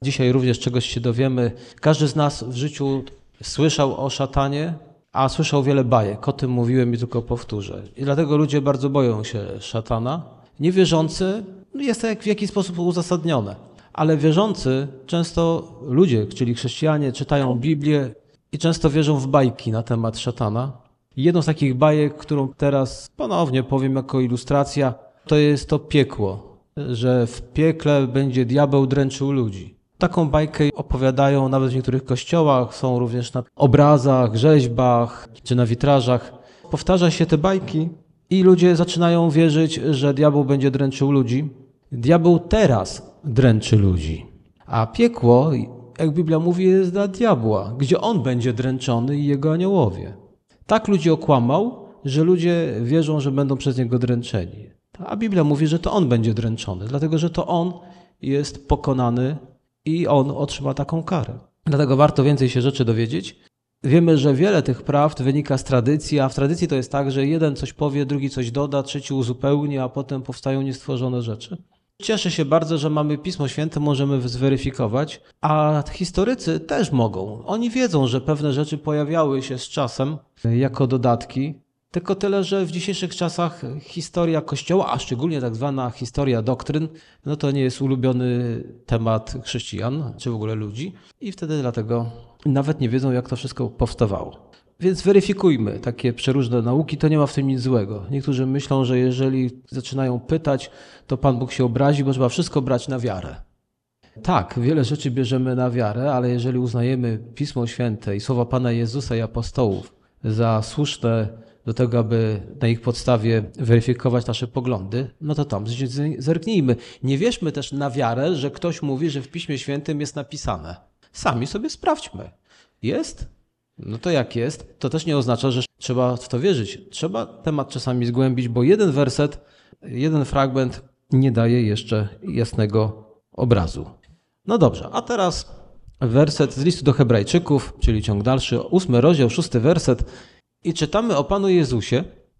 Dzisiaj również czegoś się dowiemy. Każdy z nas w życiu słyszał o szatanie, a słyszał wiele bajek. O tym mówiłem i tylko powtórzę. I dlatego ludzie bardzo boją się szatana. Niewierzący jest to w jakiś sposób uzasadnione. Ale wierzący, często ludzie, czyli chrześcijanie, czytają Biblię i często wierzą w bajki na temat szatana. I jedną z takich bajek, którą teraz ponownie powiem jako ilustracja, to jest to piekło, że w piekle będzie diabeł dręczył ludzi. Taką bajkę opowiadają nawet w niektórych kościołach, są również na obrazach, rzeźbach czy na witrażach. Powtarza się te bajki i ludzie zaczynają wierzyć, że diabeł będzie dręczył ludzi. Diabeł teraz dręczy ludzi, a piekło, jak Biblia mówi, jest dla diabła, gdzie on będzie dręczony i jego aniołowie. Tak ludzi okłamał, że ludzie wierzą, że będą przez niego dręczeni. A Biblia mówi, że to on będzie dręczony, dlatego że to on jest pokonany i on otrzyma taką karę. Dlatego warto więcej się rzeczy dowiedzieć. Wiemy, że wiele tych prawd wynika z tradycji, a w tradycji to jest tak, że jeden coś powie, drugi coś doda, trzeci uzupełni, a potem powstają niestworzone rzeczy. Cieszę się bardzo, że mamy Pismo Święte, możemy zweryfikować, a historycy też mogą. Oni wiedzą, że pewne rzeczy pojawiały się z czasem jako dodatki, tylko tyle, że w dzisiejszych czasach historia Kościoła, a szczególnie tak zwana historia doktryn, no to nie jest ulubiony temat chrześcijan, czy w ogóle ludzi i wtedy dlatego nawet nie wiedzą, jak to wszystko powstawało. Więc weryfikujmy takie przeróżne nauki, to nie ma w tym nic złego. Niektórzy myślą, że jeżeli zaczynają pytać, to Pan Bóg się obrazi, bo trzeba wszystko brać na wiarę. Tak, wiele rzeczy bierzemy na wiarę, ale jeżeli uznajemy Pismo Święte i słowa Pana Jezusa i apostołów za słuszne do tego, aby na ich podstawie weryfikować nasze poglądy, no to tam zerknijmy. Nie wierzmy też na wiarę, że ktoś mówi, że w Piśmie Świętym jest napisane. Sami sobie sprawdźmy. Jest? No to jak jest, to też nie oznacza, że trzeba w to wierzyć. Trzeba temat czasami zgłębić, bo jeden werset, jeden fragment nie daje jeszcze jasnego obrazu. No dobrze, a teraz werset z listu do Hebrajczyków, czyli ciąg dalszy, 8 rozdział, 6 werset. I czytamy o Panu Jezusie,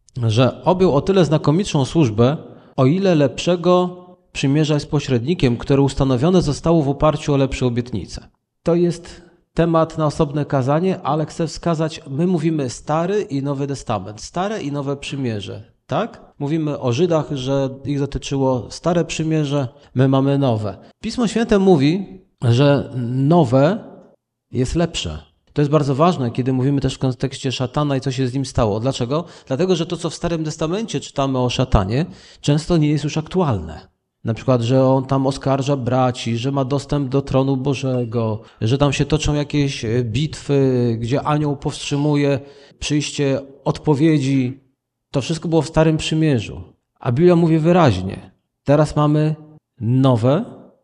że objął o tyle znakomitszą służbę, o ile lepszego przymierza jest pośrednikiem, które ustanowione zostało w oparciu o lepsze obietnice. To jest temat na osobne kazanie, ale chcę wskazać, my mówimy Stary i Nowy Testament, Stare i Nowe Przymierze, tak? Mówimy o Żydach, że ich dotyczyło Stare Przymierze, my mamy Nowe. Pismo Święte mówi, że nowe jest lepsze. To jest bardzo ważne, kiedy mówimy też w kontekście szatana i co się z nim stało. Dlaczego? Dlatego, że to, co w Starym Testamencie czytamy o szatanie, często nie jest już aktualne. Na przykład, że on tam oskarża braci, że ma dostęp do tronu Bożego, że tam się toczą jakieś bitwy, gdzie anioł powstrzymuje przyjście odpowiedzi. To wszystko było w Starym Przymierzu. A Biblia mówi wyraźnie, teraz mamy nowe,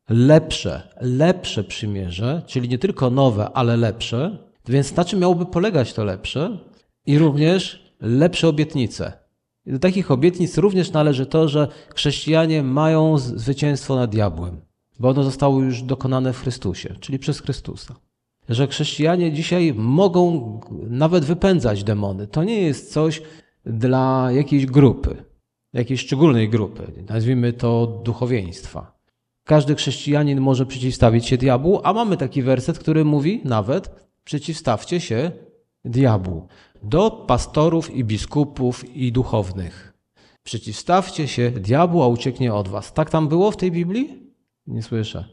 lepsze przymierze, czyli nie tylko nowe, ale lepsze. Więc na czym miałoby polegać to lepsze? I również lepsze obietnice. I do takich obietnic również należy to, że chrześcijanie mają zwycięstwo nad diabłem, bo ono zostało już dokonane w Chrystusie, czyli przez Chrystusa. Że chrześcijanie dzisiaj mogą nawet wypędzać demony. To nie jest coś dla jakiejś grupy, jakiejś szczególnej grupy, nazwijmy to duchowieństwa. Każdy chrześcijanin może przeciwstawić się diabłu, a mamy taki werset, który mówi nawet przeciwstawcie się diabłu. Do pastorów i biskupów i duchownych. Przeciwstawcie się diabłu, a ucieknie od was. Tak tam było w tej Biblii? Nie słyszę.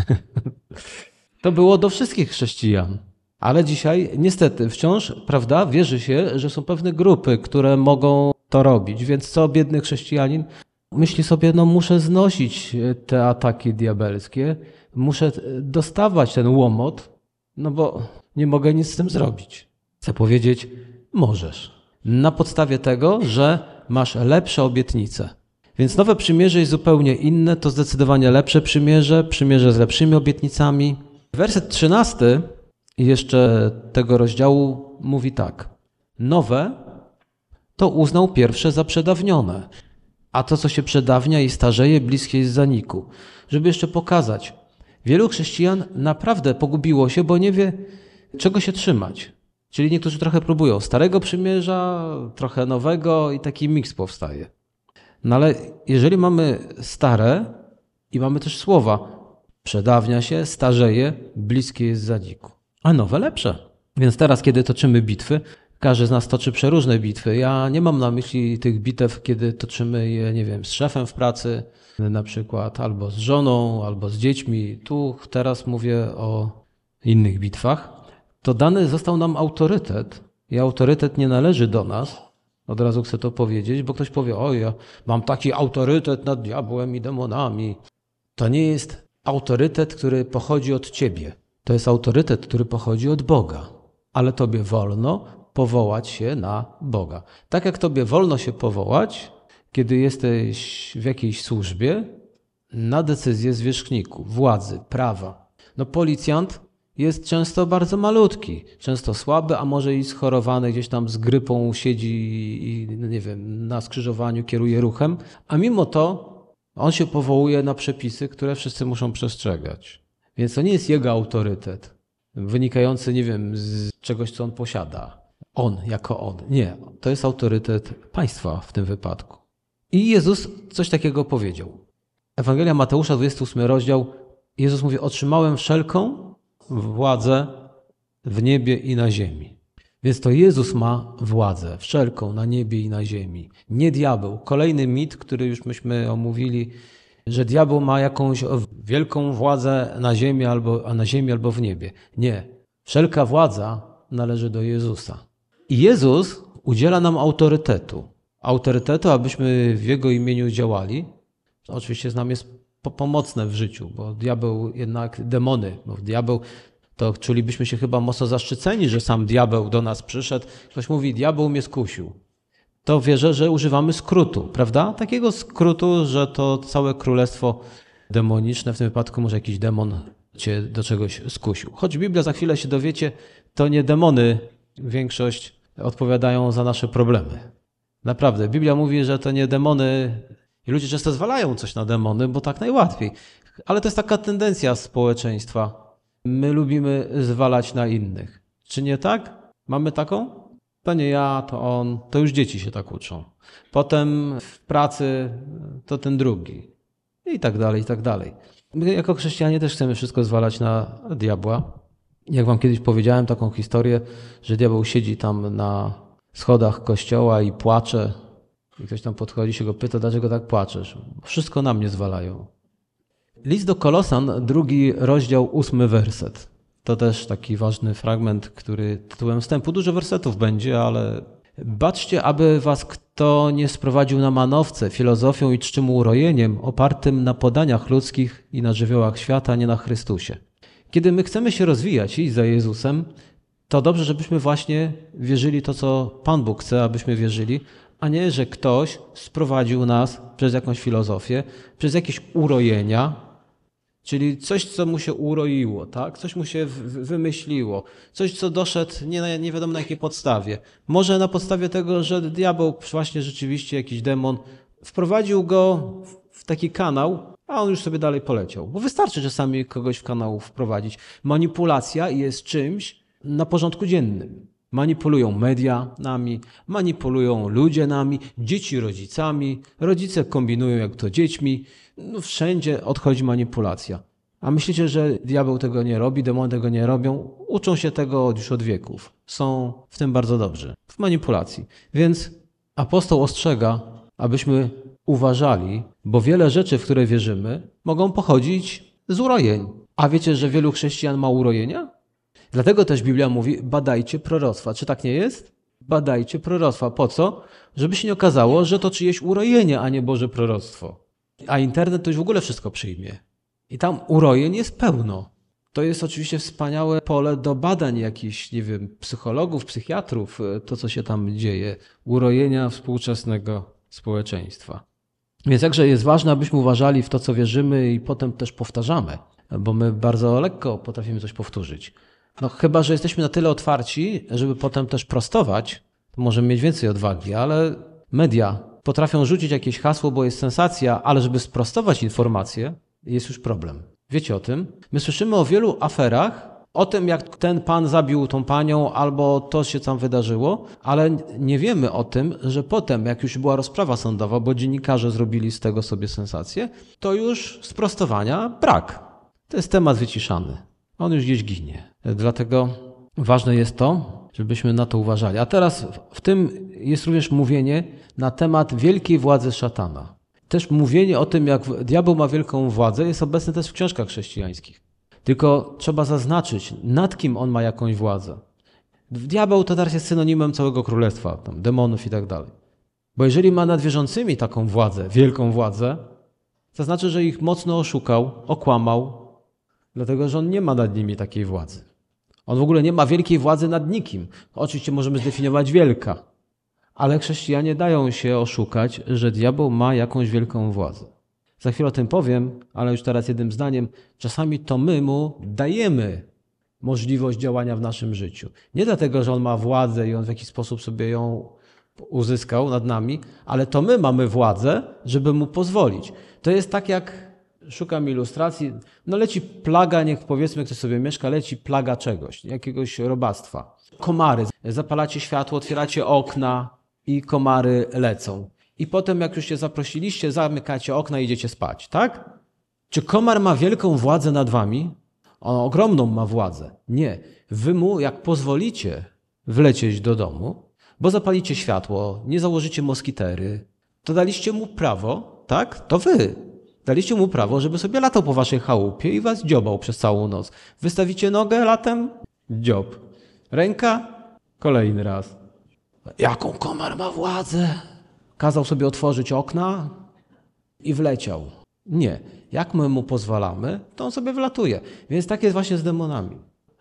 To było do wszystkich chrześcijan. Ale dzisiaj niestety wciąż, prawda, wierzy się, że są pewne grupy, które mogą to robić. Więc co biedny chrześcijanin myśli sobie, no muszę znosić te ataki diabelskie, muszę dostawać ten łomot, no bo nie mogę nic z tym zrobić. Chcę powiedzieć, możesz. Na podstawie tego, że masz lepsze obietnice. Więc nowe przymierze jest zupełnie inne, to zdecydowanie lepsze przymierze z lepszymi obietnicami. Werset 13 jeszcze tego rozdziału mówi tak. Nowe to uznał pierwsze za przedawnione, a to, co się przedawnia i starzeje, bliskie jest zaniku. Żeby jeszcze pokazać, wielu chrześcijan naprawdę pogubiło się, bo nie wie, czego się trzymać. Czyli niektórzy trochę próbują Starego Przymierza, trochę Nowego i taki miks powstaje. No ale jeżeli mamy Stare i mamy też słowa, Przedawnia się, starzeje, bliskie jest zaniku. A nowe lepsze. Więc teraz, kiedy toczymy bitwy, każdy z nas toczy przeróżne bitwy. Ja nie mam na myśli tych bitew, kiedy toczymy je, nie wiem, z szefem w pracy, na przykład, albo z żoną, albo z dziećmi. Tu teraz mówię o innych bitwach. To dany został nam autorytet i autorytet nie należy do nas. Od razu chcę to powiedzieć, bo ktoś powie, oj, ja mam taki autorytet nad diabłem i demonami. To nie jest autorytet, który pochodzi od ciebie. To jest autorytet, który pochodzi od Boga. Ale tobie wolno powołać się na Boga. Tak jak tobie wolno się powołać, kiedy jesteś w jakiejś służbie, na decyzję zwierzchniku, władzy, prawa. No policjant jest często bardzo malutki, często słaby, a może i schorowany, gdzieś tam z grypą siedzi i nie wiem, na skrzyżowaniu kieruje ruchem, a mimo to on się powołuje na przepisy, które wszyscy muszą przestrzegać. Więc to nie jest jego autorytet, wynikający, nie wiem, z czegoś, co on posiada. On jako on. Nie, to jest autorytet państwa w tym wypadku. I Jezus coś takiego powiedział. Ewangelia Mateusza, 28 rozdział, Jezus mówi, otrzymałem wszelką władzę w niebie i na ziemi. Więc to Jezus ma władzę wszelką na niebie i na ziemi. Nie diabeł. Kolejny mit, który już myśmy omówili, że diabeł ma jakąś wielką władzę na ziemi albo w niebie. Nie. Wszelka władza należy do Jezusa. I Jezus udziela nam autorytetu. Autorytetu, abyśmy w Jego imieniu działali. To oczywiście nam jest pomocne w życiu, bo diabeł jednak demony, bo diabeł to czulibyśmy się chyba mocno zaszczyceni, że sam diabeł do nas przyszedł. Ktoś mówi, diabeł mnie skusił. To wierzę, że używamy skrótu, prawda? Takiego skrótu, że to całe królestwo demoniczne, w tym wypadku może jakiś demon cię do czegoś skusił. Choć Biblia, za chwilę się dowiecie, to nie demony większość odpowiadają za nasze problemy. Naprawdę, Biblia mówi, że to nie demony. I ludzie często zwalają coś na demony, bo tak najłatwiej. Ale to jest taka tendencja społeczeństwa. My lubimy zwalać na innych. Czy nie tak? Mamy taką? To nie ja, to on. To już dzieci się tak uczą. Potem w pracy to ten drugi. I tak dalej, i tak dalej. My jako chrześcijanie też chcemy wszystko zwalać na diabła. Jak wam kiedyś powiedziałem taką historię, że diabeł siedzi tam na schodach kościoła i płacze. I ktoś tam podchodzi, się go pyta, dlaczego tak płaczesz? Wszystko na mnie zwalają. List do Kolosan, 2 rozdział, 8 werset. To też taki ważny fragment, który tytułem wstępu. Dużo wersetów będzie, ale baczcie, aby was kto nie sprowadził na manowce, filozofią i czczym urojeniem, opartym na podaniach ludzkich i na żywiołach świata, a nie na Chrystusie. Kiedy my chcemy się rozwijać i iść za Jezusem, to dobrze, żebyśmy właśnie wierzyli to, co Pan Bóg chce, abyśmy wierzyli, a nie, że ktoś sprowadził nas przez jakąś filozofię, przez jakieś urojenia, czyli coś, co mu się uroiło, tak? Coś mu się wymyśliło, coś, co doszedł nie wiadomo na jakiej podstawie. Może na podstawie tego, że diabeł, właśnie rzeczywiście jakiś demon, wprowadził go w taki kanał, a on już sobie dalej poleciał. Bo wystarczy czasami kogoś w kanał wprowadzić. Manipulacja jest czymś na porządku dziennym. Manipulują media nami, manipulują ludzie nami, dzieci rodzicami, rodzice kombinują jak to dziećmi. No, wszędzie odchodzi manipulacja. A myślicie, że diabeł tego nie robi, demony tego nie robią? Uczą się tego już od wieków. Są w tym bardzo dobrzy, w manipulacji. Więc apostoł ostrzega, abyśmy uważali, bo wiele rzeczy, w które wierzymy, mogą pochodzić z urojeń. A wiecie, że wielu chrześcijan ma urojenia? Dlatego też Biblia mówi, badajcie proroctwa. Czy tak nie jest? Badajcie proroctwa. Po co? Żeby się nie okazało, że to czyjeś urojenie, a nie Boże proroctwo. A internet to już w ogóle wszystko przyjmie. I tam urojeń jest pełno. To jest oczywiście wspaniałe pole do badań jakichś, nie wiem, psychologów, psychiatrów, to co się tam dzieje. Urojenia współczesnego społeczeństwa. Więc jakże jest ważne, abyśmy uważali w to, co wierzymy i potem też powtarzamy, bo my bardzo lekko potrafimy coś powtórzyć. No chyba, że jesteśmy na tyle otwarci, żeby potem też prostować, to możemy mieć więcej odwagi, ale media potrafią rzucić jakieś hasło, bo jest sensacja, ale żeby sprostować informację, jest już problem. Wiecie o tym? My słyszymy o wielu aferach, o tym, jak ten pan zabił tą panią, albo to się tam wydarzyło, ale nie wiemy o tym, że potem, jak już była rozprawa sądowa, bo dziennikarze zrobili z tego sobie sensację, to już sprostowania brak. To jest temat wyciszany. On już gdzieś ginie. Dlatego ważne jest to, żebyśmy na to uważali. A teraz w tym jest również mówienie na temat wielkiej władzy szatana. Też mówienie o tym, jak diabeł ma wielką władzę, jest obecne też w książkach chrześcijańskich. Tylko trzeba zaznaczyć, nad kim on ma jakąś władzę. Diabeł to teraz jest synonimem całego królestwa, tam, demonów i tak dalej. Bo jeżeli ma nad wierzącymi taką władzę, wielką władzę, to znaczy, że ich mocno oszukał, okłamał, dlatego że on nie ma nad nimi takiej władzy. On w ogóle nie ma wielkiej władzy nad nikim. Oczywiście możemy zdefiniować wielka, ale chrześcijanie dają się oszukać, że diabeł ma jakąś wielką władzę. Za chwilę o tym powiem, ale już teraz jednym zdaniem. Czasami to my mu dajemy możliwość działania w naszym życiu. Nie dlatego, że on ma władzę i on w jakiś sposób sobie ją uzyskał nad nami, ale to my mamy władzę, żeby mu pozwolić. To jest tak, jak szukam ilustracji, no leci plaga, niech powiedzmy, ktoś sobie mieszka, leci plaga czegoś, jakiegoś robactwa. Komary. Zapalacie światło, otwieracie okna i komary lecą. I potem, jak już się zaprosiliście, zamykacie okna i idziecie spać, tak? Czy komar ma wielką władzę nad wami? On ogromną ma władzę. Nie. Wy mu, jak pozwolicie wlecieć do domu, bo zapalicie światło, nie założycie moskitery, to daliście mu prawo, tak? To wy daliście mu prawo, żeby sobie latał po waszej chałupie i was dziobał przez całą noc. Wystawicie nogę latem? Dziob. Ręka? Kolejny raz. Jaką komar ma władzę? Kazał sobie otworzyć okna i wleciał. Nie. Jak my mu pozwalamy, to on sobie wlatuje. Więc tak jest właśnie z demonami.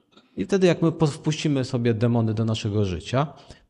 I wtedy jak my wpuścimy sobie demony do naszego życia,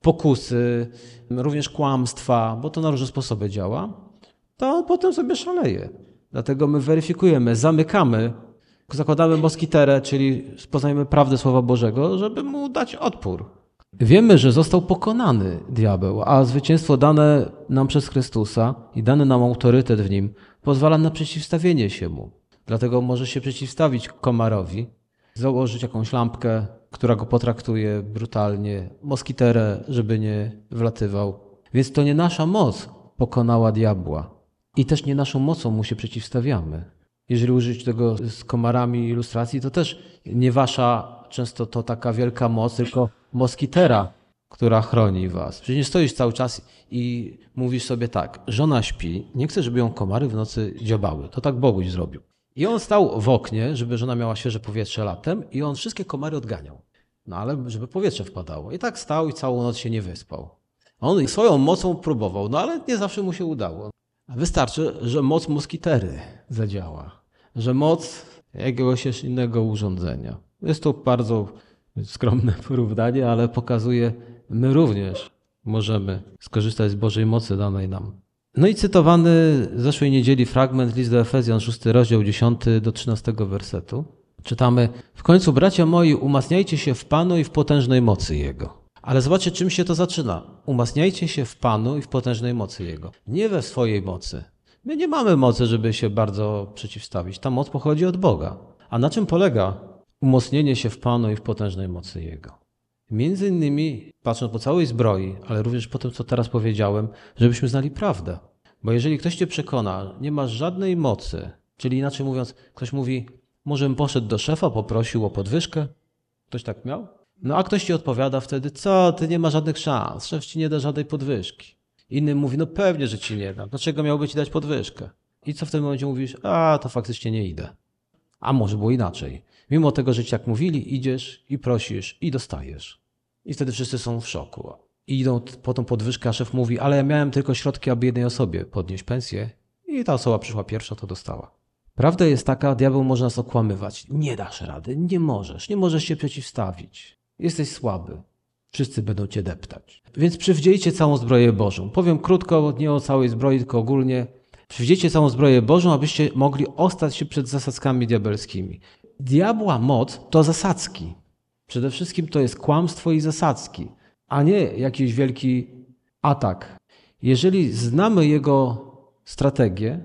pokusy, również kłamstwa, bo to na różne sposoby działa, to potem sobie szaleje. Dlatego my weryfikujemy, zamykamy, zakładamy moskiterę, czyli poznajemy prawdę Słowa Bożego, żeby mu dać odpór. Wiemy, że został pokonany diabeł, a zwycięstwo dane nam przez Chrystusa i dany nam autorytet w nim pozwala na przeciwstawienie się mu. Dlatego może się przeciwstawić komarowi, założyć jakąś lampkę, która go potraktuje brutalnie, moskiterę, żeby nie wlatywał. Więc to nie nasza moc pokonała diabła i też nie naszą mocą mu się przeciwstawiamy. Jeżeli użyć tego z komarami ilustracji, to też nie wasza często to taka wielka moc, tylko moskitera, która chroni was. Przecież nie stoisz cały czas i mówisz sobie tak, żona śpi, nie chcę, żeby ją komary w nocy dziobały. To tak Boguś zrobił. I on stał w oknie, żeby żona miała świeże powietrze latem i on wszystkie komary odganiał. No ale żeby powietrze wpadało. I tak stał i całą noc się nie wyspał. On swoją mocą próbował, no ale nie zawsze mu się udało. A wystarczy, że moc moskitery zadziała. Że moc jakiegoś innego urządzenia. Jest to bardzo skromne porównanie, ale pokazuje, my również możemy skorzystać z Bożej mocy danej nam. No i cytowany z zeszłej niedzieli fragment, list do Efezjan, 6 rozdział 10 do 13 wersetu. Czytamy: w końcu, bracia moi, umacniajcie się w Panu i w potężnej mocy Jego. Ale zobaczcie, czym się to zaczyna. Umacniajcie się w Panu i w potężnej mocy Jego. Nie we swojej mocy. My nie mamy mocy, żeby się bardzo przeciwstawić. Ta moc pochodzi od Boga. A na czym polega umocnienie się w Panu i w potężnej mocy Jego? Między innymi, patrząc po całej zbroi, ale również po tym, co teraz powiedziałem, żebyśmy znali prawdę. Bo jeżeli ktoś cię przekona, nie masz żadnej mocy, czyli inaczej mówiąc, ktoś mówi, może bym poszedł do szefa, poprosił o podwyżkę. Ktoś tak miał? No a ktoś ci odpowiada wtedy, co, ty nie masz żadnych szans, szef ci nie da żadnej podwyżki. Inny mówi, no pewnie, że ci nie da. Dlaczego miałby ci dać podwyżkę? I co w tym momencie mówisz? A, to faktycznie nie idę. A może było inaczej. Mimo tego, że ci tak mówili, idziesz i prosisz i dostajesz. I wtedy wszyscy są w szoku. I idą po tą podwyżkę, a szef mówi, ale ja miałem tylko środki, aby jednej osobie podnieść pensję. I ta osoba przyszła pierwsza, to dostała. Prawda jest taka, diabeł może nas okłamywać. Nie dasz rady, nie możesz się przeciwstawić. Jesteś słaby. Wszyscy będą cię deptać. Więc przywdziejcie całą zbroję Bożą. Powiem krótko, nie o całej zbroi, tylko ogólnie. Przywdziejcie całą zbroję Bożą, abyście mogli ostać się przed zasadzkami diabelskimi. Diabła moc to zasadzki. Przede wszystkim to jest kłamstwo i zasadzki, a nie jakiś wielki atak. Jeżeli znamy jego strategię,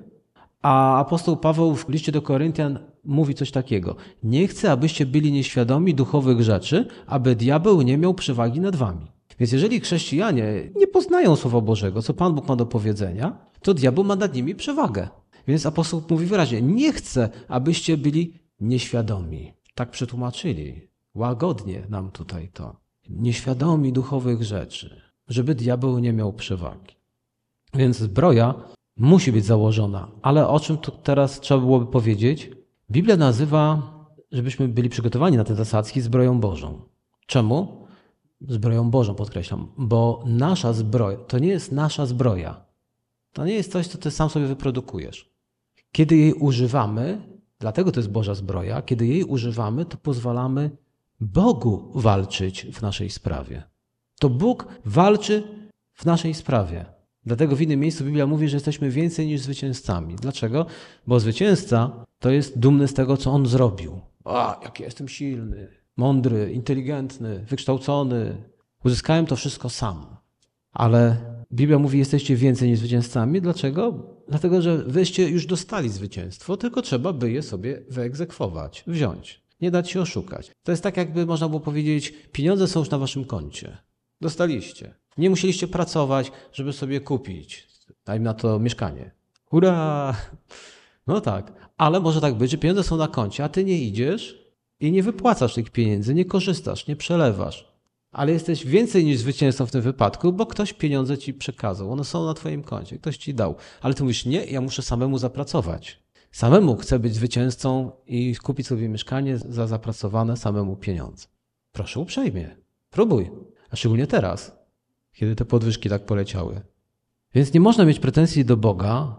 a apostoł Paweł w liście do Koryntian mówi coś takiego. Nie chcę, abyście byli nieświadomi duchowych rzeczy, aby diabeł nie miał przewagi nad wami. Więc jeżeli chrześcijanie nie poznają Słowa Bożego, co Pan Bóg ma do powiedzenia, to diabeł ma nad nimi przewagę. Więc apostoł mówi wyraźnie, nie chcę, abyście byli nieświadomi. Tak przetłumaczyli. Łagodnie nam tutaj to. Nieświadomi duchowych rzeczy, żeby diabeł nie miał przewagi. Więc zbroja musi być założona. Ale o czym tu teraz trzeba byłoby powiedzieć? Biblia nazywa, żebyśmy byli przygotowani na te zasadzki, zbroją Bożą. Czemu? Zbroją Bożą, podkreślam. Bo nasza zbroja to nie jest nasza zbroja. To nie jest coś, co ty sam sobie wyprodukujesz. Kiedy jej używamy, dlatego to jest Boża zbroja, kiedy jej używamy, to pozwalamy Bogu walczyć w naszej sprawie. To Bóg walczy w naszej sprawie. Dlatego w innym miejscu Biblia mówi, że jesteśmy więcej niż zwycięzcami. Dlaczego? Bo zwycięzca to jest dumny z tego, co on zrobił. Jaki jestem silny, mądry, inteligentny, wykształcony. Uzyskałem to wszystko sam. Ale Biblia mówi, jesteście więcej niż zwycięzcami. Dlaczego? Dlatego, że wyście już dostali zwycięstwo, tylko trzeba by je sobie wyegzekwować, wziąć. Nie dać się oszukać. To jest tak, jakby można było powiedzieć, pieniądze są już na waszym koncie. Dostaliście. Nie musieliście pracować, żeby sobie kupić, dajmy na to mieszkanie. Hurra! No tak. Ale może tak być, że pieniądze są na koncie, a ty nie idziesz i nie wypłacasz tych pieniędzy, nie korzystasz, nie przelewasz. Ale jesteś więcej niż zwycięzcą w tym wypadku, bo ktoś pieniądze ci przekazał. One są na twoim koncie, ktoś ci dał. Ale ty mówisz, nie, ja muszę samemu zapracować. Samemu chcę być zwycięzcą i kupić sobie mieszkanie za zapracowane samemu pieniądze. Proszę uprzejmie, próbuj. A szczególnie teraz, kiedy te podwyżki tak poleciały. Więc nie można mieć pretensji do Boga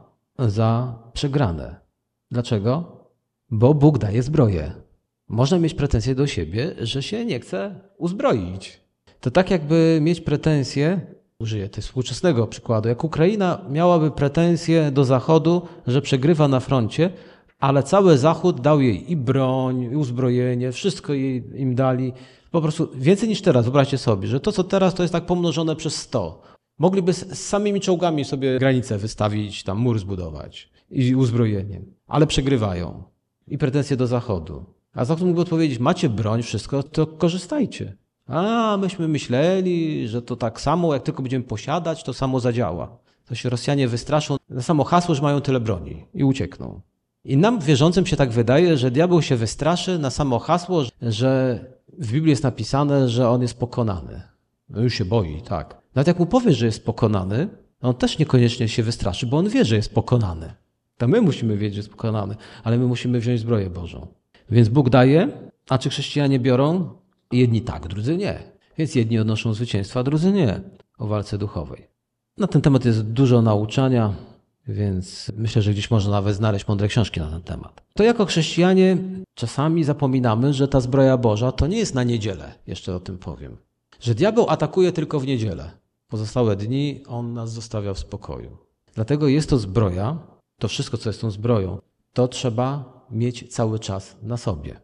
za przegrane. Dlaczego? Bo Bóg daje zbroję. Można mieć pretensje do siebie, że się nie chce uzbroić. To tak jakby mieć pretensje, użyję tego współczesnego przykładu, jak Ukraina miałaby pretensje do Zachodu, że przegrywa na froncie, ale cały Zachód dał jej i broń, i uzbrojenie, wszystko im dali. Po prostu więcej niż teraz, wyobraźcie sobie, że to co teraz to jest tak pomnożone przez 100. Mogliby z samymi czołgami sobie granicę wystawić, tam mur zbudować i uzbrojeniem, ale przegrywają. I pretensje do Zachodu. A Zachód mógłby odpowiedzieć, macie broń, wszystko, to korzystajcie. Myśmy myśleli, że to tak samo, jak tylko będziemy posiadać, to samo zadziała. To się Rosjanie wystraszą na samo hasło, że mają tyle broni i uciekną. I nam, wierzącym, się tak wydaje, że diabeł się wystraszy na samo hasło, że w Biblii jest napisane, że on jest pokonany. No już się boi, tak. Nawet jak mu powiesz, że jest pokonany, on też niekoniecznie się wystraszy, bo on wie, że jest pokonany. To my musimy wiedzieć, że jest pokonany, ale my musimy wziąć zbroję Bożą. Więc Bóg daje, a czy chrześcijanie biorą? Jedni tak, drudzy nie. Więc jedni odnoszą zwycięstwo, a drudzy nie o walce duchowej. Na ten temat jest dużo nauczania, więc myślę, że gdzieś można nawet znaleźć mądre książki na ten temat. To jako chrześcijanie czasami zapominamy, że ta zbroja Boża to nie jest na niedzielę, jeszcze o tym powiem. Że diabeł atakuje tylko w niedzielę. Pozostałe dni on nas zostawia w spokoju. Dlatego jest to zbroja, to wszystko, co jest tą zbroją, to trzeba mieć cały czas na sobie.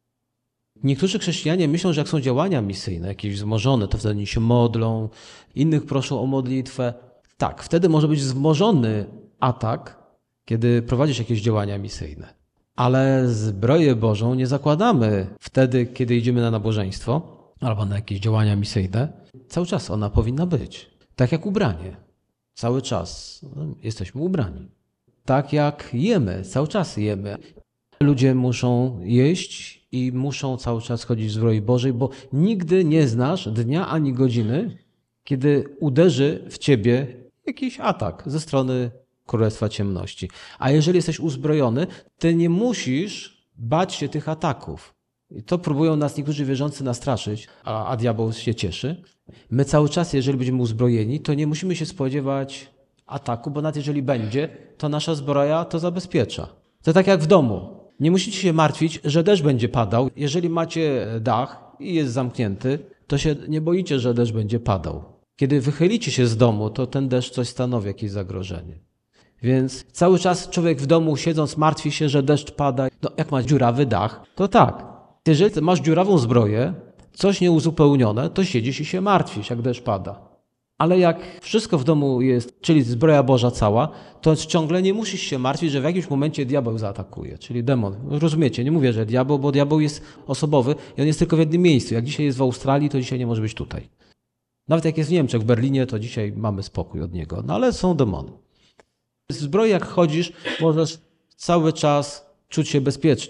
Niektórzy chrześcijanie myślą, że jak są działania misyjne, jakieś wzmożone, to wtedy oni się modlą, innych proszą o modlitwę. Tak, wtedy może być wzmożony atak, kiedy prowadzisz jakieś działania misyjne. Ale zbroję Bożą nie zakładamy wtedy, kiedy idziemy na nabożeństwo albo na jakieś działania misyjne. Cały czas ona powinna być. Tak jak ubranie. Cały czas jesteśmy ubrani. Tak jak jemy, cały czas jemy. Ludzie muszą jeść i muszą cały czas chodzić w zbroi Bożej, bo nigdy nie znasz dnia ani godziny, kiedy uderzy w ciebie jakiś atak ze strony Królestwa Ciemności. A jeżeli jesteś uzbrojony, ty nie musisz bać się tych ataków. I to próbują nas niektórzy wierzący nastraszyć, a diabeł się cieszy. My cały czas, jeżeli będziemy uzbrojeni, to nie musimy się spodziewać ataku, bo nawet jeżeli będzie, to nasza zbroja to zabezpiecza. To tak jak w domu. Nie musicie się martwić, że deszcz będzie padał. Jeżeli macie dach i jest zamknięty, to się nie boicie, że deszcz będzie padał. Kiedy wychylicie się z domu, to ten deszcz coś stanowi, jakieś zagrożenie. Więc cały czas człowiek w domu siedząc martwi się, że deszcz pada. No, jak ma dziurawy dach, to tak. Jeżeli masz dziurawą zbroję, coś nieuzupełnione, to siedzisz i się martwisz, jak deszcz pada. Ale jak wszystko w domu jest, czyli zbroja Boża cała, to ciągle nie musisz się martwić, że w jakimś momencie diabeł zaatakuje, czyli demon. Rozumiecie, nie mówię, że diabeł, bo diabeł jest osobowy i on jest tylko w jednym miejscu. Jak dzisiaj jest w Australii, to dzisiaj nie może być tutaj. Nawet jak jest w Niemczech, w Berlinie, to dzisiaj mamy spokój od niego. No ale są demony. W zbroi jak chodzisz, możesz cały czas czuć się bezpiecznie.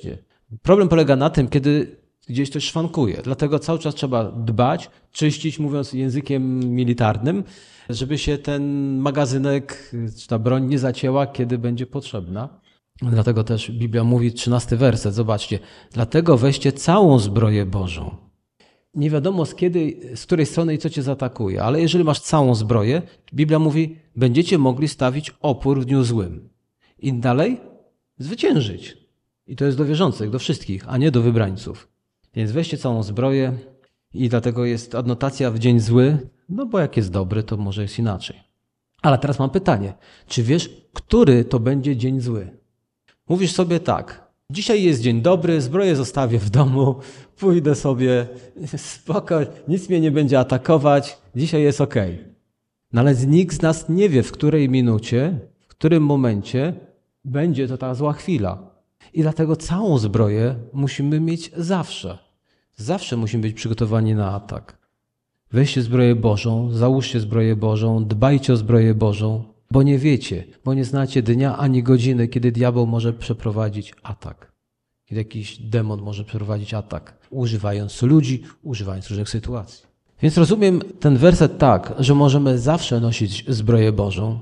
Problem polega na tym, kiedy gdzieś coś szwankuje. Dlatego cały czas trzeba dbać, czyścić, mówiąc językiem militarnym, żeby się ten magazynek czy ta broń nie zacięła, kiedy będzie potrzebna. Dlatego też Biblia mówi, 13 werset, zobaczcie. Dlatego weźcie całą zbroję Bożą. Nie wiadomo z której strony i co cię zaatakuje, ale jeżeli masz całą zbroję, Biblia mówi, będziecie mogli stawić opór w dniu złym. I dalej zwyciężyć. I to jest do wierzących, do wszystkich, a nie do wybrańców. Więc weźcie całą zbroję i dlatego jest adnotacja w dzień zły, no bo jak jest dobry, to może jest inaczej. Ale teraz mam pytanie. Czy wiesz, który to będzie dzień zły? Mówisz sobie tak. Dzisiaj jest dzień dobry, zbroję zostawię w domu, pójdę sobie, spoko, nic mnie nie będzie atakować, dzisiaj jest okej. No ale nikt z nas nie wie, w której minucie, w którym momencie będzie to ta zła chwila. I dlatego całą zbroję musimy mieć zawsze. Zawsze musimy być przygotowani na atak. Weźcie zbroję Bożą, załóżcie zbroję Bożą, dbajcie o zbroję Bożą, bo nie wiecie, bo nie znacie dnia ani godziny, kiedy diabeł może przeprowadzić atak. Kiedy jakiś demon może przeprowadzić atak, używając ludzi, używając różnych sytuacji. Więc rozumiem ten werset tak, że możemy zawsze nosić zbroję Bożą,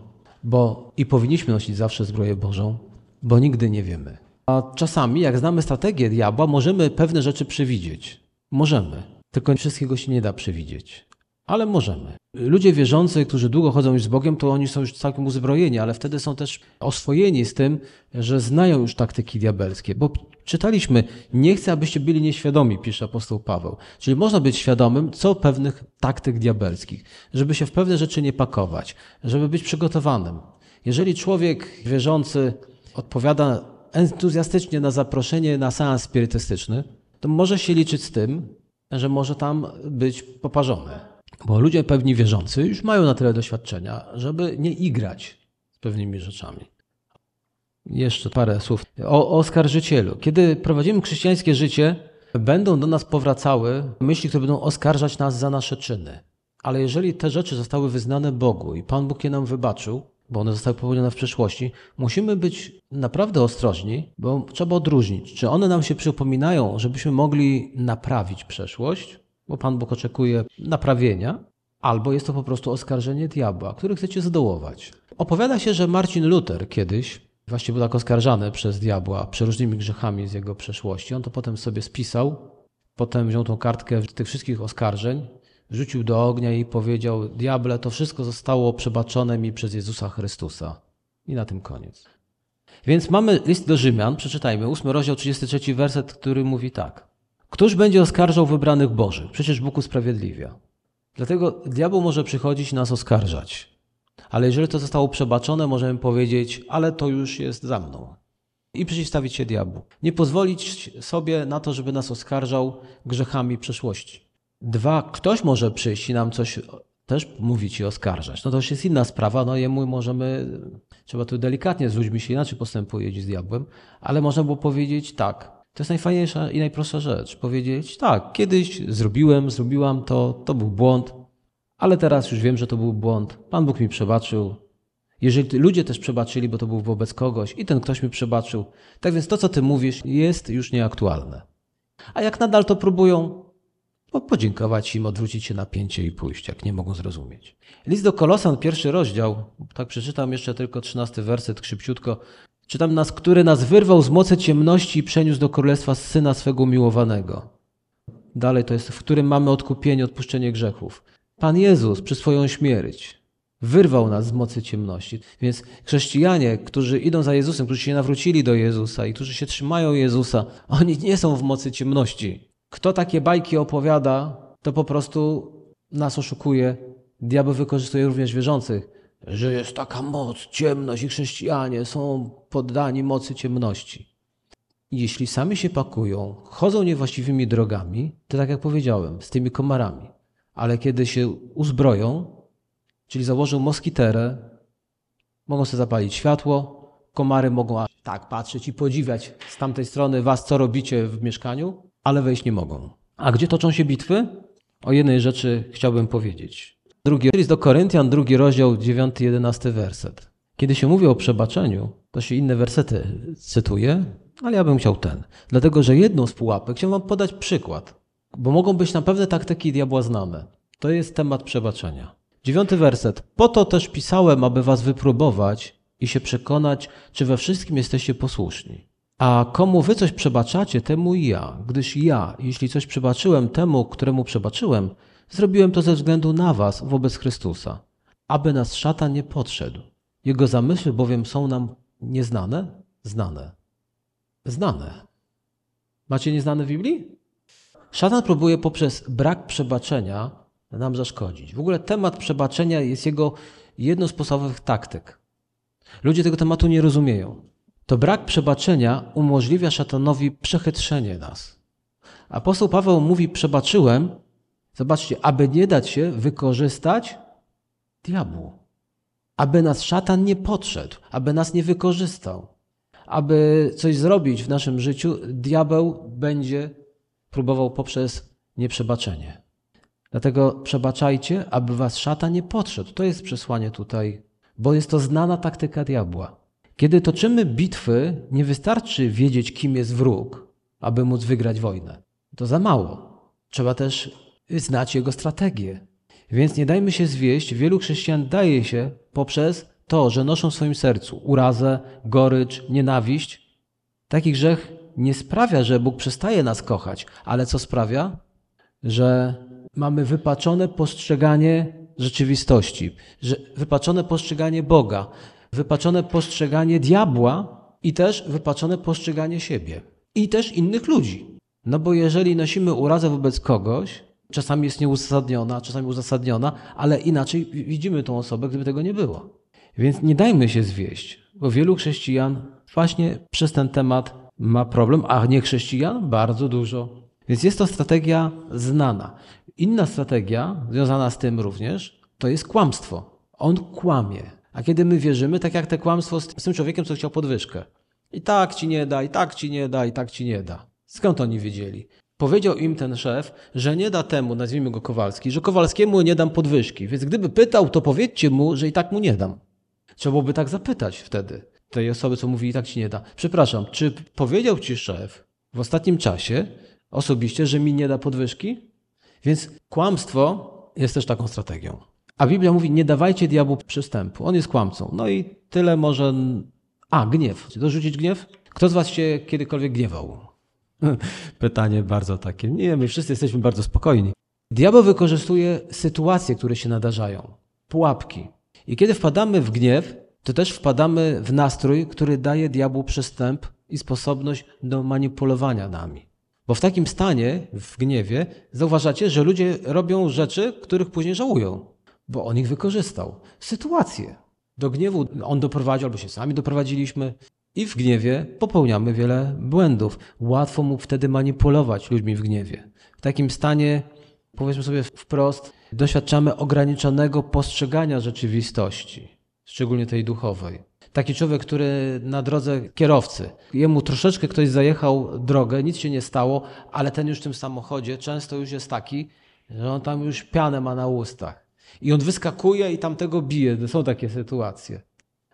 i powinniśmy nosić zawsze zbroję Bożą, bo nigdy nie wiemy. A czasami, jak znamy strategię diabła, możemy pewne rzeczy przewidzieć. Możemy. Tylko wszystkiego się nie da przewidzieć. Ale możemy. Ludzie wierzący, którzy długo chodzą już z Bogiem, to oni są już całkiem uzbrojeni, ale wtedy są też oswojeni z tym, że znają już taktyki diabelskie. Bo czytaliśmy, nie chcę, abyście byli nieświadomi, pisze apostoł Paweł. Czyli można być świadomym co pewnych taktyk diabelskich, żeby się w pewne rzeczy nie pakować, żeby być przygotowanym. Jeżeli człowiek wierzący odpowiada entuzjastycznie na zaproszenie na seans spirytystyczny, to może się liczyć z tym, że może tam być poparzony. Bo ludzie pewni wierzący już mają na tyle doświadczenia, żeby nie igrać z pewnymi rzeczami. Jeszcze parę słów o oskarżycielu. Kiedy prowadzimy chrześcijańskie życie, będą do nas powracały myśli, które będą oskarżać nas za nasze czyny. Ale jeżeli te rzeczy zostały wyznane Bogu i Pan Bóg je nam wybaczył, bo one zostały popełnione w przeszłości, musimy być naprawdę ostrożni, bo trzeba odróżnić, czy one nam się przypominają, żebyśmy mogli naprawić przeszłość, bo Pan Bóg oczekuje naprawienia, albo jest to po prostu oskarżenie diabła, który chce cię zdołować. Opowiada się, że Marcin Luther kiedyś właśnie był tak oskarżany przez diabła przeróżnymi grzechami z jego przeszłości. On to potem sobie spisał, potem wziął tą kartkę tych wszystkich oskarżeń, rzucił do ognia i powiedział: diable, to wszystko zostało przebaczone mi przez Jezusa Chrystusa. I na tym koniec. Więc mamy list do Rzymian, przeczytajmy, 8 rozdział, 33 werset, który mówi tak. Któż będzie oskarżał wybranych Bożych? Przecież Bóg usprawiedliwia. Dlatego diabeł może przychodzić i nas oskarżać. Ale jeżeli to zostało przebaczone, możemy powiedzieć, ale to już jest za mną. I przeciwstawić się diabłu. Nie pozwolić sobie na to, żeby nas oskarżał grzechami przeszłości. 2, ktoś może przyjść i nam coś też mówić i oskarżać. No to już jest inna sprawa, no jemu trzeba tu delikatnie, z ludźmi się inaczej postępuje niż z diabłem, ale można było powiedzieć tak. To jest najfajniejsza i najprostsza rzecz. Powiedzieć tak, kiedyś zrobiłam to był błąd, ale teraz już wiem, że to był błąd. Pan Bóg mi przebaczył. Jeżeli ludzie też przebaczyli, bo to był wobec kogoś i ten ktoś mi przebaczył, tak więc to, co ty mówisz, jest już nieaktualne. A jak nadal to próbują, podziękować im, odwrócić się napięcie i pójść, jak nie mogą zrozumieć. List do Kolosan, 1 rozdział, tak przeczytam jeszcze tylko 13 werset, szybciutko. Czytam który nas wyrwał z mocy ciemności i przeniósł do królestwa Syna swego umiłowanego. Dalej to jest, w którym mamy odkupienie, odpuszczenie grzechów. Pan Jezus przez swoją śmierć wyrwał nas z mocy ciemności. Więc chrześcijanie, którzy idą za Jezusem, którzy się nawrócili do Jezusa i którzy się trzymają Jezusa, oni nie są w mocy ciemności. Kto takie bajki opowiada, to po prostu nas oszukuje. Diabeł wykorzystuje również wierzących, że jest taka moc, ciemność i chrześcijanie są poddani mocy ciemności. Jeśli sami się pakują, chodzą niewłaściwymi drogami, to tak jak powiedziałem, z tymi komarami. Ale kiedy się uzbroją, czyli założą moskiterę, mogą sobie zapalić światło, komary mogą tak patrzeć i podziwiać z tamtej strony was, co robicie w mieszkaniu, ale wejść nie mogą. A gdzie toczą się bitwy? O jednej rzeczy chciałbym powiedzieć. Drugi list do Koryntian, 2 rozdział, 9-11 werset. Kiedy się mówi o przebaczeniu, to się inne wersety cytuje, ale ja bym chciał ten. Dlatego, że jedną z pułapek, chciałem wam podać przykład, bo mogą być na pewne taktyki diabła znane. To jest temat przebaczenia. 9 werset. Po to też pisałem, aby was wypróbować i się przekonać, czy we wszystkim jesteście posłuszni. A komu wy coś przebaczacie, temu i ja. Gdyż ja, jeśli coś przebaczyłem temu, któremu przebaczyłem, zrobiłem to ze względu na was wobec Chrystusa, aby nas szatan nie podszedł. Jego zamysły bowiem są nam nieznane? Znane. Znane. Macie nieznane w Biblii? Szatan próbuje poprzez brak przebaczenia nam zaszkodzić. W ogóle temat przebaczenia jest jego jedną z podstawowych taktyk. Ludzie tego tematu nie rozumieją. To brak przebaczenia umożliwia szatanowi przechytrzenie nas. Apostoł Paweł mówi, przebaczyłem, zobaczcie, aby nie dać się wykorzystać diabłu. Aby nas szatan nie podszedł, aby nas nie wykorzystał. Aby coś zrobić w naszym życiu, diabeł będzie próbował poprzez nieprzebaczenie. Dlatego przebaczajcie, aby was szatan nie podszedł. To jest przesłanie tutaj, bo jest to znana taktyka diabła. Kiedy toczymy bitwy, nie wystarczy wiedzieć, kim jest wróg, aby móc wygrać wojnę. To za mało. Trzeba też znać jego strategię. Więc nie dajmy się zwieść. Wielu chrześcijan daje się poprzez to, że noszą w swoim sercu urazę, gorycz, nienawiść. Taki grzech nie sprawia, że Bóg przestaje nas kochać, ale co sprawia? Że mamy wypaczone postrzeganie rzeczywistości, wypaczone postrzeganie Boga, wypaczone postrzeganie diabła i też wypaczone postrzeganie siebie i też innych ludzi. No bo jeżeli nosimy urazę wobec kogoś, czasami jest nieuzasadniona, czasami uzasadniona, ale inaczej widzimy tą osobę, gdyby tego nie było. Więc nie dajmy się zwieść, bo wielu chrześcijan właśnie przez ten temat ma problem, a nie chrześcijan bardzo dużo. Więc jest to strategia znana. Inna strategia, związana z tym również, to jest kłamstwo. On kłamie. A kiedy my wierzymy, tak jak te kłamstwo z tym człowiekiem, co chciał podwyżkę. I tak ci nie da, i tak ci nie da, i tak ci nie da. Skąd oni wiedzieli? Powiedział im ten szef, że nie da temu, nazwijmy go Kowalski, że Kowalskiemu nie dam podwyżki. Więc gdyby pytał, to powiedzcie mu, że i tak mu nie dam. Trzeba byłoby tak zapytać wtedy tej osoby, co mówi i tak ci nie da. Przepraszam, czy powiedział ci szef w ostatnim czasie osobiście, że mi nie da podwyżki? Więc kłamstwo jest też taką strategią. A Biblia mówi, nie dawajcie diabłu przystępu. On jest kłamcą. No i tyle może... gniew. Czy dorzucić gniew? Kto z was się kiedykolwiek gniewał? Pytanie bardzo takie. Nie, my wszyscy jesteśmy bardzo spokojni. Diabeł wykorzystuje sytuacje, które się nadarzają. Pułapki. I kiedy wpadamy w gniew, to też wpadamy w nastrój, który daje diabłu przystęp i sposobność do manipulowania nami. Bo w takim stanie, w gniewie, zauważacie, że ludzie robią rzeczy, których później żałują, bo on ich wykorzystał. Sytuacje. Do gniewu on doprowadził, albo się sami doprowadziliśmy i w gniewie popełniamy wiele błędów. Łatwo mu wtedy manipulować ludźmi w gniewie. W takim stanie, powiedzmy sobie wprost, doświadczamy ograniczonego postrzegania rzeczywistości, szczególnie tej duchowej. Taki człowiek, który na drodze kierowcy, jemu troszeczkę ktoś zajechał drogę, nic się nie stało, ale ten już w tym samochodzie często już jest taki, że on tam już pianę ma na ustach. I on wyskakuje i tamtego bije. Są takie sytuacje.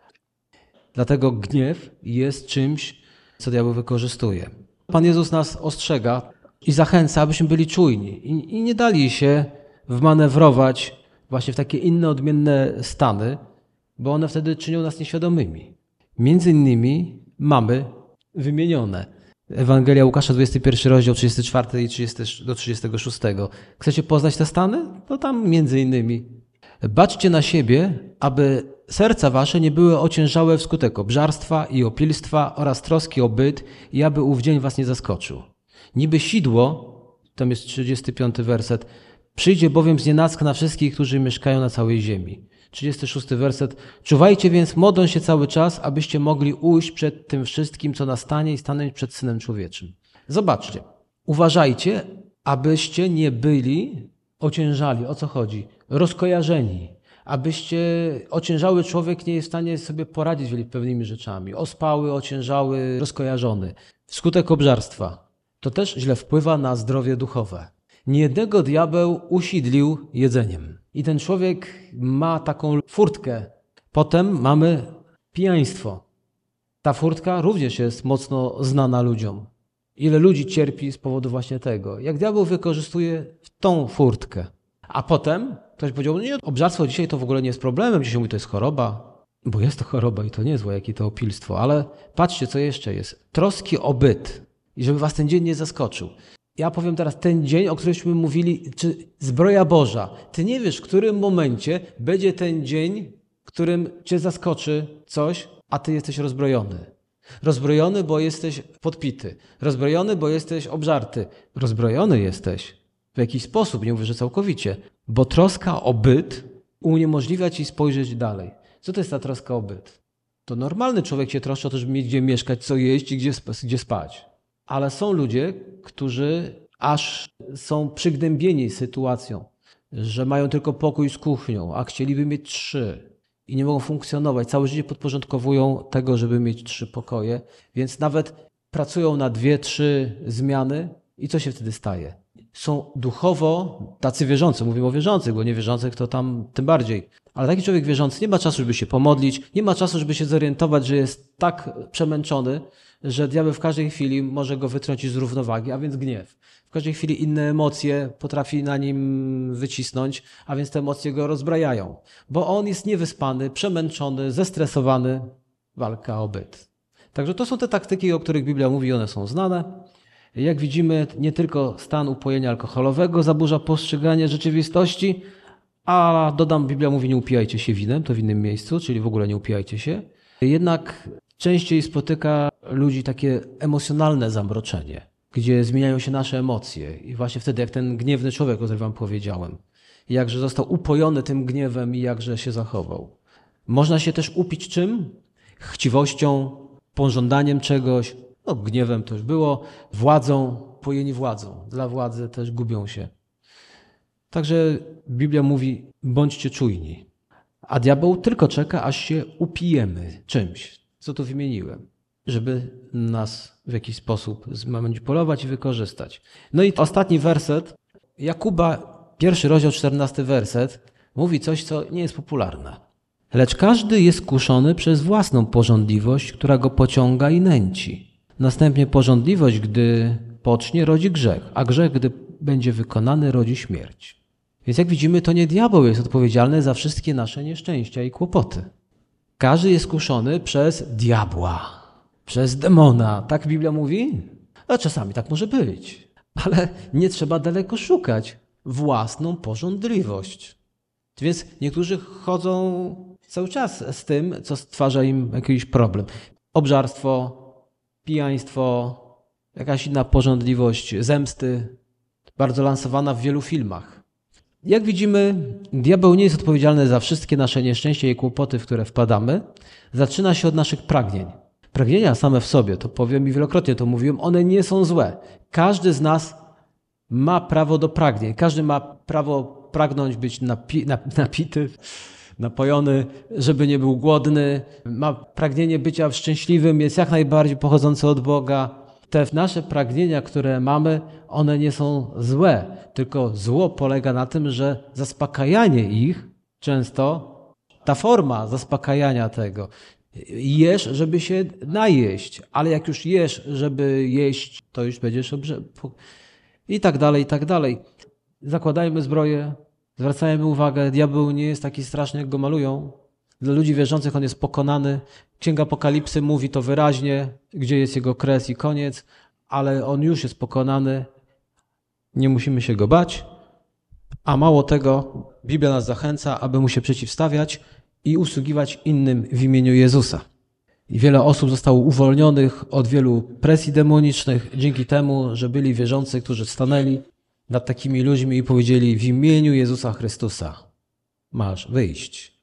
Dlatego gniew jest czymś, co diabeł wykorzystuje. Pan Jezus nas ostrzega i zachęca, abyśmy byli czujni i nie dali się wmanewrować właśnie w takie inne, odmienne stany, bo one wtedy czynią nas nieświadomymi. Między innymi mamy wymienione. Ewangelia Łukasza, 21 rozdział, 34 i 30 do 36. Chcecie poznać te stany? To tam między innymi. Baczcie na siebie, aby serca wasze nie były ociężałe wskutek obżarstwa i opilstwa oraz troski o byt i aby ów dzień was nie zaskoczył. Niby sidło, tam jest 35 werset, przyjdzie bowiem znienacka na wszystkich, którzy mieszkają na całej ziemi. 36 werset. Czuwajcie więc, modląc się cały czas, abyście mogli ujść przed tym wszystkim, co nastanie i stanąć przed Synem Człowieczym. Zobaczcie. Uważajcie, abyście nie byli ociężali. O co chodzi? Rozkojarzeni. Abyście ociężały człowiek nie jest w stanie sobie poradzić z pewnymi rzeczami. Ospały, ociężały, rozkojarzony. Wskutek obżarstwa. To też źle wpływa na zdrowie duchowe. Niejednego diabeł usidlił jedzeniem. I ten człowiek ma taką furtkę. Potem mamy pijaństwo. Ta furtka również jest mocno znana ludziom. Ile ludzi cierpi z powodu właśnie tego. Jak diabeł wykorzystuje tą furtkę. A potem ktoś powiedział, nie, obżarstwo dzisiaj to w ogóle nie jest problemem, dzisiaj mówi, to jest choroba. Bo jest to choroba i to niezłe, jakie to opilstwo. Ale patrzcie, co jeszcze jest. Troski o byt. I żeby was ten dzień nie zaskoczył. Ja powiem teraz ten dzień, o którymśmy mówili, czy zbroja Boża. Ty nie wiesz, w którym momencie będzie ten dzień, w którym cię zaskoczy coś, a ty jesteś rozbrojony. Rozbrojony, bo jesteś podpity. Rozbrojony, bo jesteś obżarty. Rozbrojony jesteś w jakiś sposób, nie mówię, że całkowicie, bo troska o byt uniemożliwia ci spojrzeć dalej. Co to jest ta troska o byt? To normalny człowiek się troszczy o to, żeby mieć gdzie mieszkać, co jeść i gdzie spać. Ale są ludzie, którzy aż są przygnębieni sytuacją, że mają tylko pokój z kuchnią, a chcieliby mieć 3 i nie mogą funkcjonować. Całe życie podporządkowują tego, żeby mieć 3 pokoje, więc nawet pracują na 2-3 zmiany i co się wtedy staje? Są duchowo tacy wierzący, mówimy o wierzących, bo niewierzących to tam tym bardziej. Ale taki człowiek wierzący nie ma czasu, żeby się pomodlić, nie ma czasu, żeby się zorientować, że jest tak przemęczony, że diabeł w każdej chwili może go wytrącić z równowagi, a więc gniew. W każdej chwili inne emocje potrafi na nim wycisnąć, a więc te emocje go rozbrajają. Bo on jest niewyspany, przemęczony, zestresowany. Walka o byt. Także to są te taktyki, o których Biblia mówi, one są znane. Jak widzimy, nie tylko stan upojenia alkoholowego zaburza postrzeganie rzeczywistości, a dodam, Biblia mówi, nie upijajcie się winem, to w innym miejscu, czyli w ogóle nie upijajcie się. Jednak częściej spotyka ludzi takie emocjonalne zamroczenie, gdzie zmieniają się nasze emocje. I właśnie wtedy, jak ten gniewny człowiek, o którym wam powiedziałem, jakże został upojony tym gniewem i jakże się zachował. Można się też upić czym? Chciwością, pożądaniem czegoś, no gniewem to już było, władzą, pojeni władzą. Dla władzy też gubią się. Także Biblia mówi, bądźcie czujni. A diabeł tylko czeka, aż się upijemy czymś, co tu wymieniłem, żeby nas w jakiś sposób zmanipulować i wykorzystać. No i ostatni werset, Jakuba, 1 rozdział, 14 werset, mówi coś, co nie jest popularne. Lecz każdy jest kuszony przez własną pożądliwość, która go pociąga i nęci. Następnie pożądliwość, gdy pocznie, rodzi grzech, a grzech, gdy będzie wykonany, rodzi śmierć. Więc jak widzimy, to nie diabeł jest odpowiedzialny za wszystkie nasze nieszczęścia i kłopoty. Każdy jest kuszony przez diabła, przez demona. Tak Biblia mówi? A czasami tak może być. Ale nie trzeba daleko szukać. Własną pożądliwość. Więc niektórzy chodzą cały czas z tym, co stwarza im jakiś problem. Obżarstwo, pijaństwo, jakaś inna pożądliwość zemsty, bardzo lansowana w wielu filmach. Jak widzimy, diabeł nie jest odpowiedzialny za wszystkie nasze nieszczęścia i kłopoty, w które wpadamy. Zaczyna się od naszych pragnień. Pragnienia same w sobie, to powiem i wielokrotnie to mówiłem, one nie są złe. Każdy z nas ma prawo do pragnień. Każdy ma prawo pragnąć być napity, napojony, żeby nie był głodny. Ma pragnienie bycia szczęśliwym, jest jak najbardziej pochodzące od Boga. Te nasze pragnienia, które mamy, one nie są złe, tylko zło polega na tym, że zaspokajanie ich często, ta forma zaspokajania tego, jesz, żeby się najeść, ale jak już jesz, żeby jeść, to już będziesz i tak dalej, i tak dalej. Zakładajmy zbroję, zwracajmy uwagę, diabeł nie jest taki straszny, jak go malują. Dla ludzi wierzących on jest pokonany. Księga Apokalipsy mówi to wyraźnie, gdzie jest jego kres i koniec, ale on już jest pokonany. Nie musimy się go bać. A mało tego, Biblia nas zachęca, aby mu się przeciwstawiać i usługiwać innym w imieniu Jezusa. I wiele osób zostało uwolnionych od wielu presji demonicznych dzięki temu, że byli wierzący, którzy stanęli nad takimi ludźmi i powiedzieli w imieniu Jezusa Chrystusa masz wyjść.